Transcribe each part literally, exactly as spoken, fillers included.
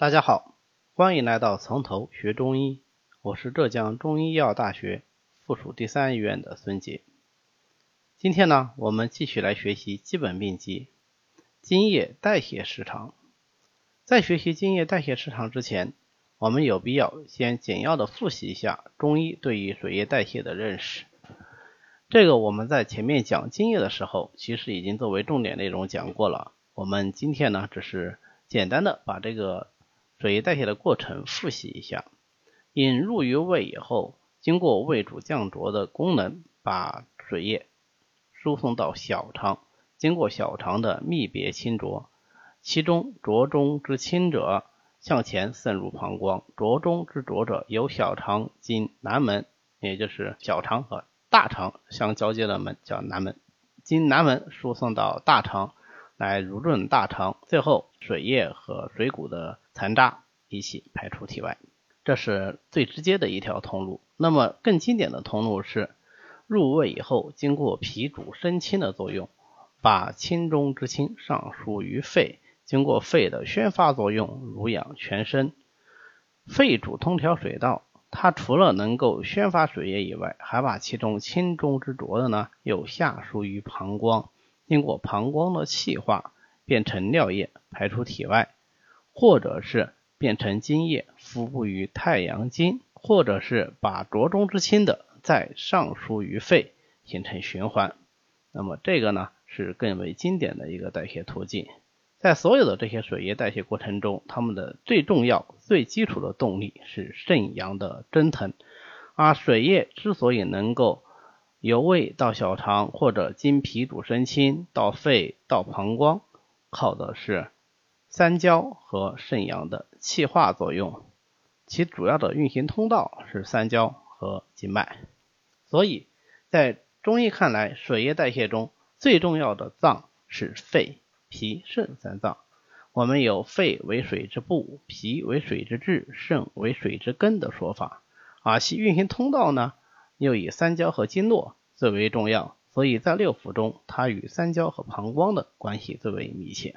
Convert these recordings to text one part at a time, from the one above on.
大家好，欢迎来到从头学中医，我是浙江中医药大学附属第三医院的孙杰。今天呢，我们继续来学习基本病机津液代谢失常。在学习津液代谢失常之前，我们有必要先简要的复习一下中医对于水液代谢的认识。这个我们在前面讲津液的时候，其实已经作为重点内容讲过了。我们今天呢，只是简单的把这个水液代谢的过程复习一下。饮入于胃以后，经过胃主降浊的功能，把水液输送到小肠，经过小肠的泌别清浊，其中浊中之清者向前渗入膀胱，浊中之浊者由小肠经南门，也就是小肠和大肠相交接的门叫南门，经南门输送到大肠来濡润大肠，最后水液和水谷的残渣一起排出体外，这是最直接的一条通路。那么更经典的通路是入胃以后，经过脾主生清的作用，把清中之清上输于肺，经过肺的宣发作用，濡养全身。肺主通调水道，它除了能够宣发水液以外，还把其中清中之浊的呢，又下输于膀胱，经过膀胱的气化，变成尿液排出体外，或者是变成津液敷布于太阳经，或者是把浊中之清的再上输于肺，形成循环。那么这个呢，是更为经典的一个代谢途径。在所有的这些水液代谢过程中，它们的最重要最基础的动力是肾阳的蒸腾。而水液之所以能够由胃到小肠，或者经脾主生清到肺到膀胱，靠的是三焦和肾阳的气化作用，其主要的运行通道是三焦和经脉。所以在中医看来，水液代谢中最重要的脏是肺、脾、肾三脏。我们有肺为水之部，脾为水之治，肾为水之根的说法，而其运行通道呢，又以三焦和经络最为重要，所以在六腑中，它与三焦和膀胱的关系最为密切。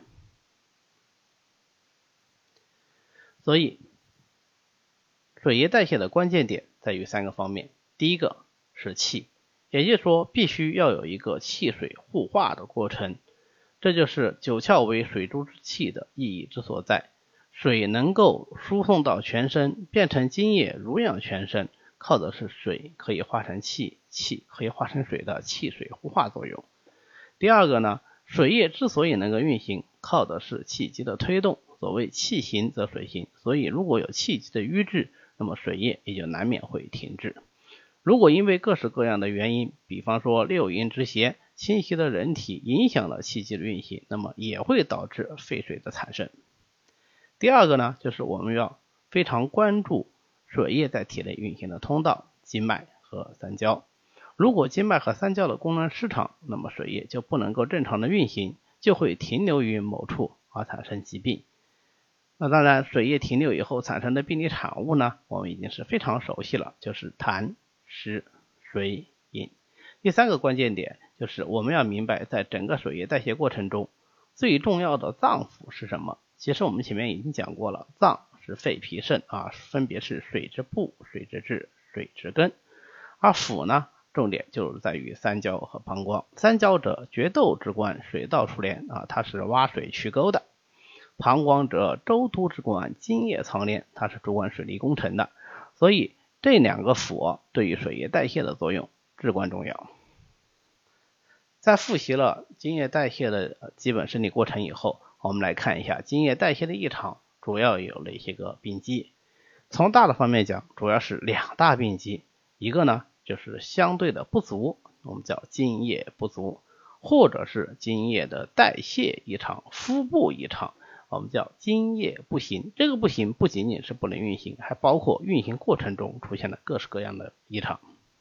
所以水液代谢的关键点在于三个方面。第一个是气，也就是说必须要有一个气水互化的过程，这就是九窍为水中之气的意义之所在。水能够输送到全身，变成津液濡养全身，靠的是水可以化成气，气可以化成水的气水互化作用。第二个呢，水液之所以能够运行，靠的是气机的推动，所谓气行则水行，所以如果有气机的瘀滞，那么水液也就难免会停滞。如果因为各式各样的原因，比方说六淫之邪侵袭的人体，影响了气机的运行，那么也会导致废水的产生。第二个呢，就是我们要非常关注水液在体内运行的通道，经脉和三焦。如果经脉和三焦的功能失常，那么水液就不能够正常的运行，就会停留于某处而产生疾病。那当然，水液停留以后产生的病理产物呢，我们已经是非常熟悉了，就是痰、湿、水、饮。第三个关键点就是我们要明白，在整个水液代谢过程中，最重要的脏腑是什么？其实我们前面已经讲过了，脏是肺、脾、肾啊，分别是水之部、水之治、水之根。而腑呢，重点就是在于三焦和膀胱。三焦者，决斗之官，水道出连啊，它是挖水渠沟的；膀胱者，周督之官，津液藏连，它是主管水利工程的。所以这两个腑对于水液代谢的作用至关重要。在复习了津液代谢的基本生理过程以后，我们来看一下津液代谢的异常主要有哪些个病机。从大的方面讲，主要是两大病机，一个呢就是相对的不足，我们叫津液不足，或者是津液的代谢异常、腹部异常，我们叫津液不行。这个不行不仅仅是不能运行，还包括运行过程中出现了各式各样的异常。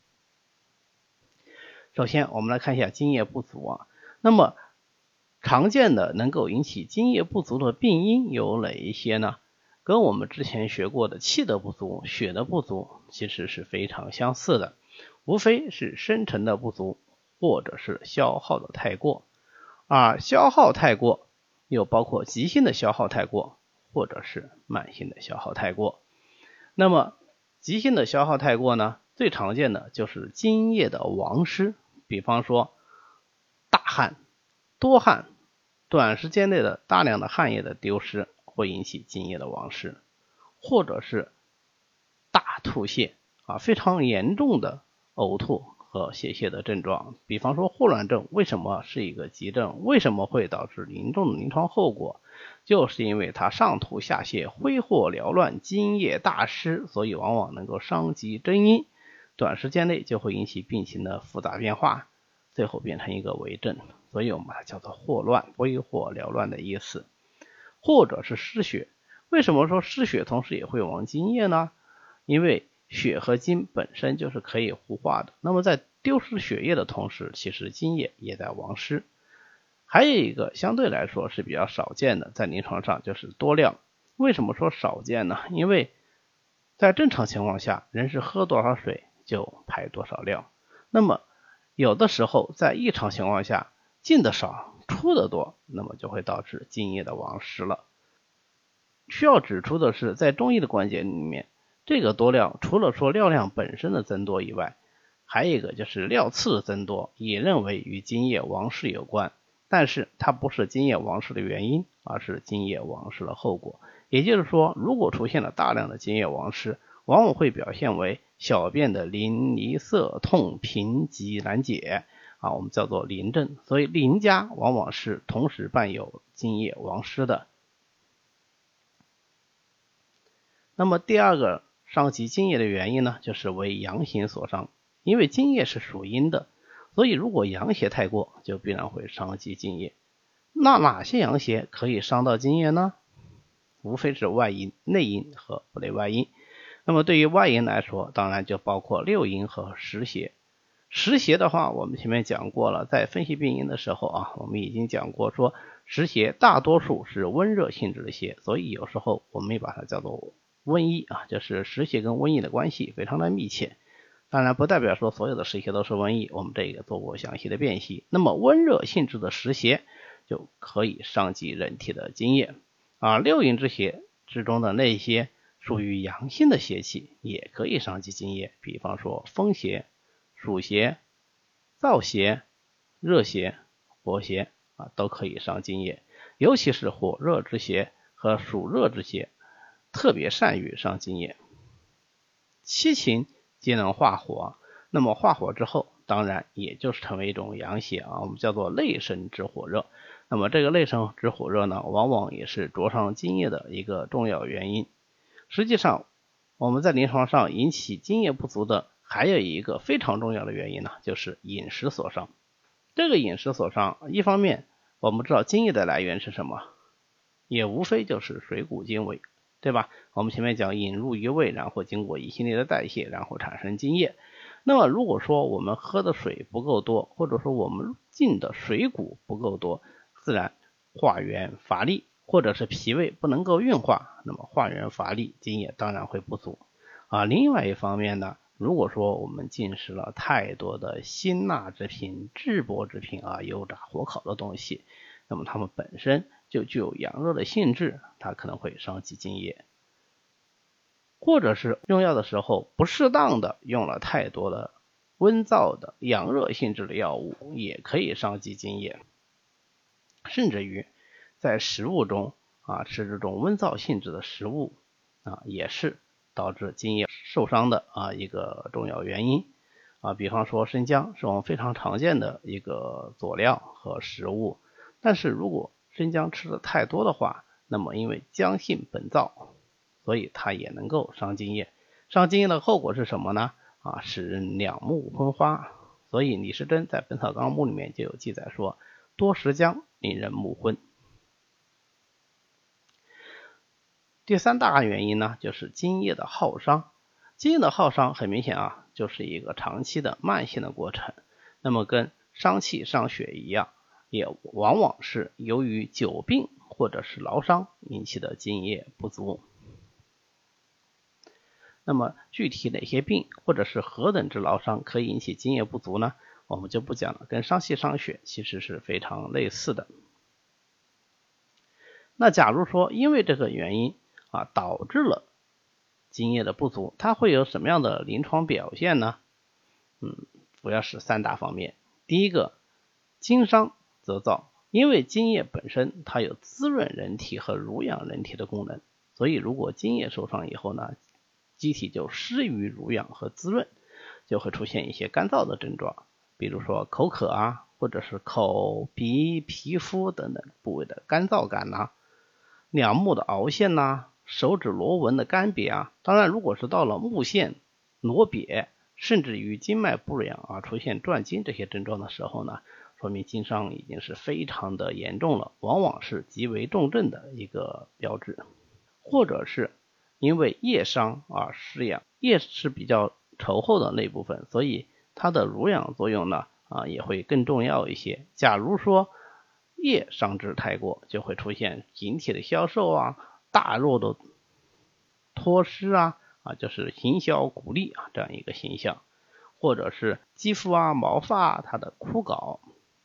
首先我们来看一下津液不足啊，那么常见的能够引起津液不足的病因有哪一些呢？跟我们之前学过的气的不足、血的不足其实是非常相似的，无非是生成的不足，或者是消耗的太过。而消耗太过又包括急性的消耗太过， 或者是慢性的消耗太过。那么急性的消耗太过呢，最常见的就是津液的亡失，比方说大汗、多汗，短时间内的大量的汗液的丢失会引起津液的亡失，或者是大吐泻啊，非常严重的呕吐和泄泻的症状，比方说霍乱症为什么是一个急症，为什么会导致严重的临床后果，就是因为它上吐下泻，挥霍缭乱，津液大失，所以往往能够伤及真阴，短时间内就会引起病情的复杂变化，最后变成一个危症，所以我们把它叫做霍乱，挥霍缭乱的意思。或者是失血，为什么说失血同时也会亡津液呢？因为血和津本身就是可以互化的，那么在丢失血液的同时，其实津液也在亡失。还有一个相对来说是比较少见的，在临床上就是多尿。为什么说少见呢？因为在正常情况下，人是喝多少水就排多少尿，那么有的时候在异常情况下进的少出的多，那么就会导致津液的亡失了。需要指出的是，在中医的观点里面，这个多尿除了说尿量本身的增多以外，还有一个就是尿次的增多，也认为与津液亡失有关，但是它不是津液亡失的原因，而是津液亡失的后果。也就是说，如果出现了大量的津液亡失，往往会表现为小便的淋漓涩痛贫急难解啊，我们叫做淋症，所以淋家往往是同时伴有津液亡失的。那么第二个伤及津液的原因呢，就是为阳邪所伤，因为津液是属阴的，所以如果阳邪太过，就必然会伤及津液。那哪些阳邪可以伤到津液呢？无非是外阴、内阴和不内外阴。那么对于外阴来说，当然就包括六淫和实邪。实邪的话，我们前面讲过了，在分析病因的时候啊，我们已经讲过说实邪大多数是温热性质的邪，所以有时候我们也把它叫做瘟疫啊，就是实邪跟瘟疫的关系非常的密切。当然不代表说所有的实邪都是瘟疫，我们这个做过详细的辨析。那么温热性质的实邪就可以伤及人体的津液啊，六淫之邪之中的那些属于阳性的邪气也可以伤及津液，比方说风邪、暑邪、燥邪、热邪、火邪啊，都可以伤津液，尤其是火热之邪和暑热之邪特别善于伤津液。七情皆能化火，那么化火之后当然也就是成为一种阳邪啊，我们叫做内生之火热。那么这个内生之火热呢，往往也是灼伤津液的一个重要原因。实际上我们在临床上引起津液不足的还有一个非常重要的原因呢，就是饮食所伤。这个饮食所伤，一方面我们知道津液的来源是什么，也无非就是水谷精微，对吧？我们前面讲引入于胃，然后经过一系列的代谢，然后产生津液。那么如果说我们喝的水不够多，或者说我们进的水谷不够多，自然化源乏力，或者是脾胃不能够运化，那么化源乏力，津液当然会不足啊。另外一方面呢，如果说我们进食了太多的辛辣之品、炙薄之品啊、油炸火烤的东西，那么它们本身就具有阳热的性质，它可能会伤及津液。或者是用药的时候不适当的用了太多的温燥的阳热性质的药物，也可以伤及津液。甚至于在食物中啊吃这种温燥性质的食物啊，也是导致津液受伤的啊一个重要原因啊。比方说生姜是我们非常常见的一个佐料和食物，但是如果生姜吃的太多的话，那么因为姜性本燥，所以它也能够伤津液。伤津液的后果是什么呢？啊，使人两目昏花。所以李时珍在《本草纲目》里面就有记载说，多食姜令人目昏。第三大原因呢，就是津液的耗伤。津液的耗伤很明显啊，就是一个长期的慢性的过程。那么跟伤气伤血一样，也往往是由于久病或者是劳伤引起的津液不足。那么具体哪些病或者是何等之劳伤可以引起津液不足呢？我们就不讲了，跟伤气伤血其实是非常类似的。 那假如说因为这个原因啊导致了津液的不足，它会有什么样的临床表现呢？嗯，主要是三大方面。第一个，津伤则燥，因为津液本身它有滋润人体和濡养人体的功能，所以如果津液受伤以后呢，机体就失于濡养和滋润，就会出现一些干燥的症状，比如说口渴啊，或者是口鼻皮肤等等部位的干燥感呐、啊，两目的凹陷呐、啊，手指螺纹的干瘪啊。当然如果是到了目眩、裸瘪，甚至于经脉不良啊，出现转经这些症状的时候呢，说明津伤已经是非常的严重了，往往是极为重症的一个标志。或者是因为叶伤啊失养，叶是比较稠厚的那部分，所以它的濡养作用呢啊也会更重要一些。假如说叶伤之太过，就会出现形体的消瘦啊，大肉的脱失啊啊，就是形销骨立啊这样一个形象，或者是肌肤啊毛发它的枯槁。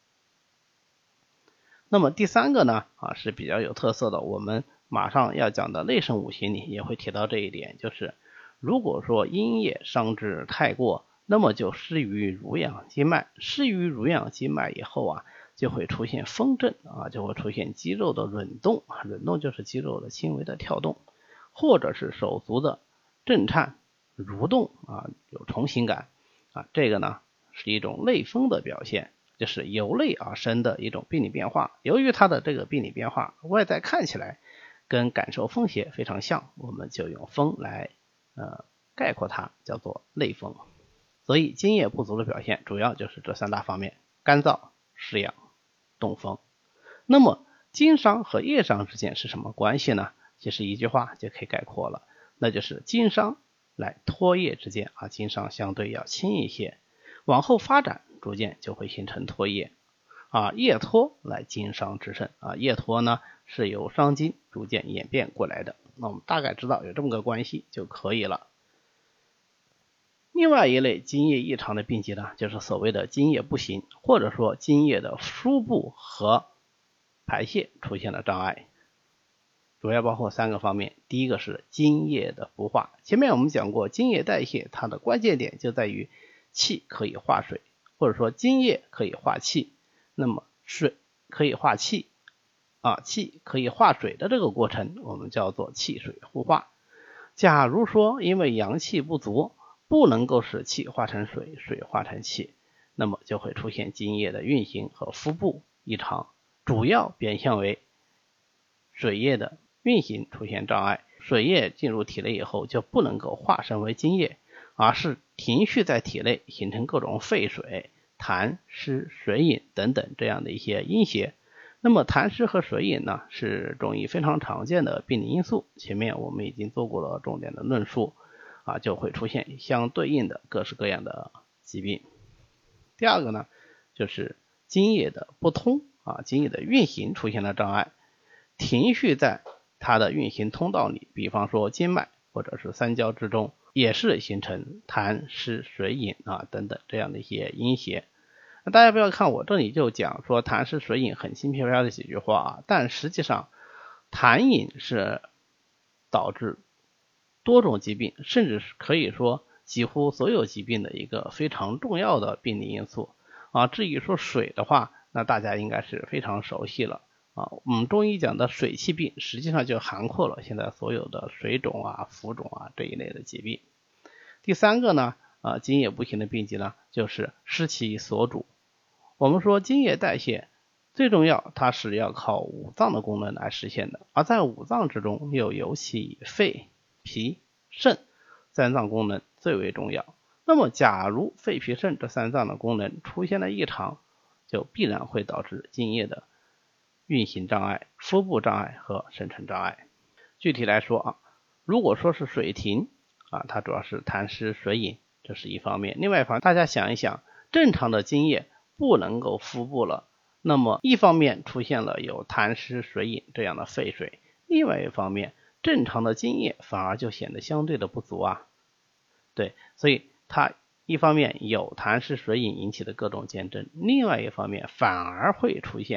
那么第三个呢啊是比较有特色的，我们马上要讲的内生五行里也会提到这一点，就是如果说阴液伤之太过，那么就失于濡养经脉，失于濡养经脉以后啊，就会出现风症啊，就会出现肌肉的蠕动，蠕动就是肌肉的轻微的跳动，或者是手足的震颤、蠕动啊，有虫形感啊，这个呢是一种内风的表现，就是由内而生的一种病理变化。由于它的这个病理变化外在看起来跟感受风邪非常像，我们就用风来呃概括它，叫做内风。所以津液不足的表现主要就是这三大方面：干燥、失养、动风。那么津伤和液伤之间是什么关系呢？其实一句话就可以概括了，那就是津伤来脱液之间啊，津伤相对要轻一些，往后发展逐渐就会形成脱液啊，液脱来津伤之盛啊，液脱呢是由伤津逐渐演变过来的，那我们大概知道有这么个关系就可以了。另外一类津液异常的病机呢，就是所谓的津液不行，或者说津液的输布和排泄出现了障碍，主要包括三个方面。第一个是津液的不化，前面我们讲过，津液代谢它的关键点就在于气可以化水，或者说津液可以化气，那么水可以化气啊，气可以化水的这个过程我们叫做气水互化。假如说因为阳气不足，不能够使气化成水，水化成气，那么就会出现津液的运行和腹部异常，主要表现为水液的运行出现障碍，水液进入体内以后就不能够化生为津液，而是停蓄在体内，形成各种废水、痰湿、水饮等等这样的一些阴邪。那么痰湿和水饮呢，是中医非常常见的病理因素，前面我们已经做过了重点的论述啊，就会出现相对应的各式各样的疾病。第二个呢，就是津液的不通啊，津液的运行出现了障碍，停蓄在它的运行通道里，比方说经脉或者是三焦之中，也是形成痰湿水饮啊等等这样的一些阴邪。大家不要看我这里就讲说痰湿水饮很轻飘飘的几句话啊，但实际上痰饮是导致多种疾病，甚至是可以说几乎所有疾病的一个非常重要的病理因素啊。至于说水的话，那大家应该是非常熟悉了啊。我们中医讲的水气病，实际上就涵括了现在所有的水肿啊、浮肿啊这一类的疾病。第三个呢，啊，津液不行的病机呢，就是湿气所主。我们说津液代谢最重要，它是要靠五脏的功能来实现的，而在五脏之中又尤其以肺、脾、肾三脏功能最为重要。那么假如肺脾肾这三脏的功能出现了异常，就必然会导致津液的运行障碍、腹部障碍和生成障碍。具体来说啊，如果说是水停啊，它主要是痰湿水饮，这是一方面。另外一方面，大家想一想，正常的津液不能够腹部了，那么一方面出现了有痰湿水饮这样的废水，另外一方面正常的津液反而就显得相对的不足啊。对，所以它一方面有痰湿水饮引起的各种见证，另外一方面反而会出现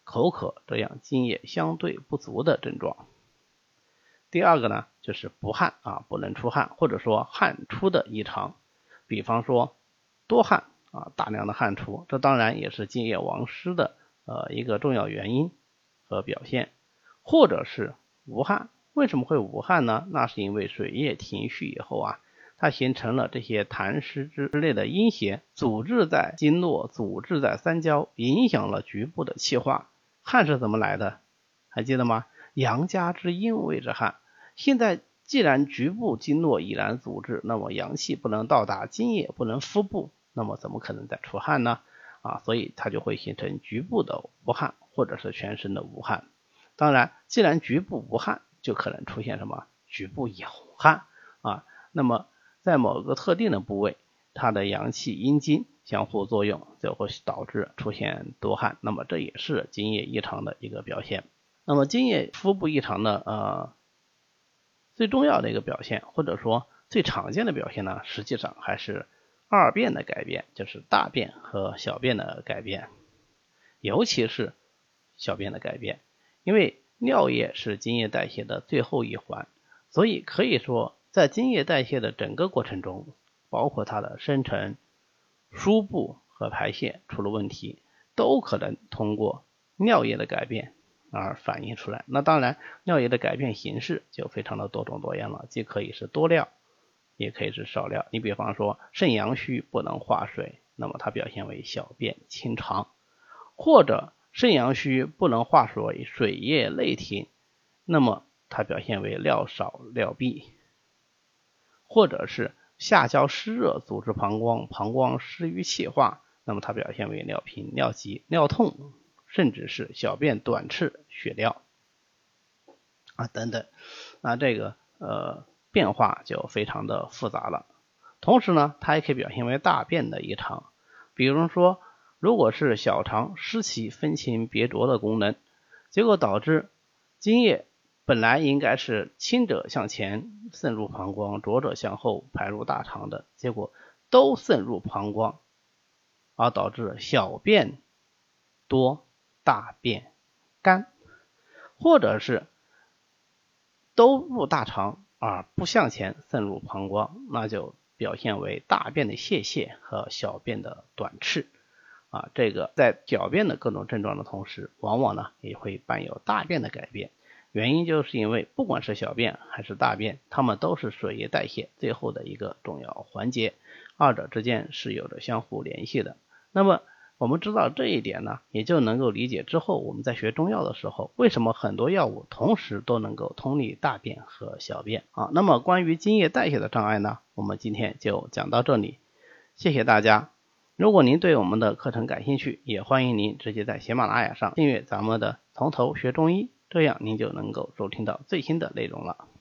口渴这样津液相对不足的症状。第二个呢，就是不汗啊，不能出汗，或者说汗出的异常，比方说多汗啊，大量的汗出，这当然也是津液亡失的呃一个重要原因和表现。或者是无汗，为什么会无汗呢？那是因为水液停蓄以后啊，它形成了这些痰湿之类的阴邪，阻滞在经络，阻滞在三焦，影响了局部的气化。汗是怎么来的？还记得吗？阳家之阴为之汗。现在既然局部经络已然阻滞，那么阳气不能到达，津液不能敷布，那么怎么可能再出汗呢？啊，所以它就会形成局部的无汗，或者是全身的无汗。当然，既然局部无汗，就可能出现什么？局部有汗啊。那么在某个特定的部位，它的阳气阴经相互作用，就会导致出现多汗，那么这也是津液异常的一个表现。那么津液敷布异常的呃最重要的一个表现，或者说最常见的表现呢，实际上还是二便的改变，就是大便和小便的改变，尤其是小便的改变。因为尿液是津液代谢的最后一环，所以可以说在津液代谢的整个过程中，包括它的生成、输布和排泄出了问题，都可能通过尿液的改变而反映出来。那当然，尿液的改变形式就非常的多种多样了，既可以是多尿，也可以是少尿。你比方说肾阳虚不能化水，那么它表现为小便清长，或者肾阳虚不能化水，水液内停，那么它表现为尿少尿闭，或者是下焦湿热阻滞膀胱，膀胱湿于气化，那么它表现为尿频、尿急、尿痛，甚至是小便短赤、血尿啊等等。那这个呃变化就非常的复杂了。同时呢，它也可以表现为大便的异常，比如说如果是小肠失其分清别浊的功能，结果导致津液本来应该是清者向前渗入膀胱，浊者向后排入大肠的，结果都渗入膀胱，而导致小便多，大便干，或者是都入大肠而不向前渗入膀胱，那就表现为大便的泄泻和小便的短赤啊。这个在小便的各种症状的同时，往往呢也会伴有大便的改变。原因就是因为不管是小便还是大便，它们都是水液代谢最后的一个重要环节，二者之间是有着相互联系的。那么我们知道这一点呢，也就能够理解之后我们在学中药的时候，为什么很多药物同时都能够通利大便和小便啊。那么关于津液代谢的障碍呢，我们今天就讲到这里，谢谢大家。如果您对我们的课程感兴趣，也欢迎您直接在喜马拉雅上订阅咱们的从头学中医，这样您就能够收听到最新的内容了。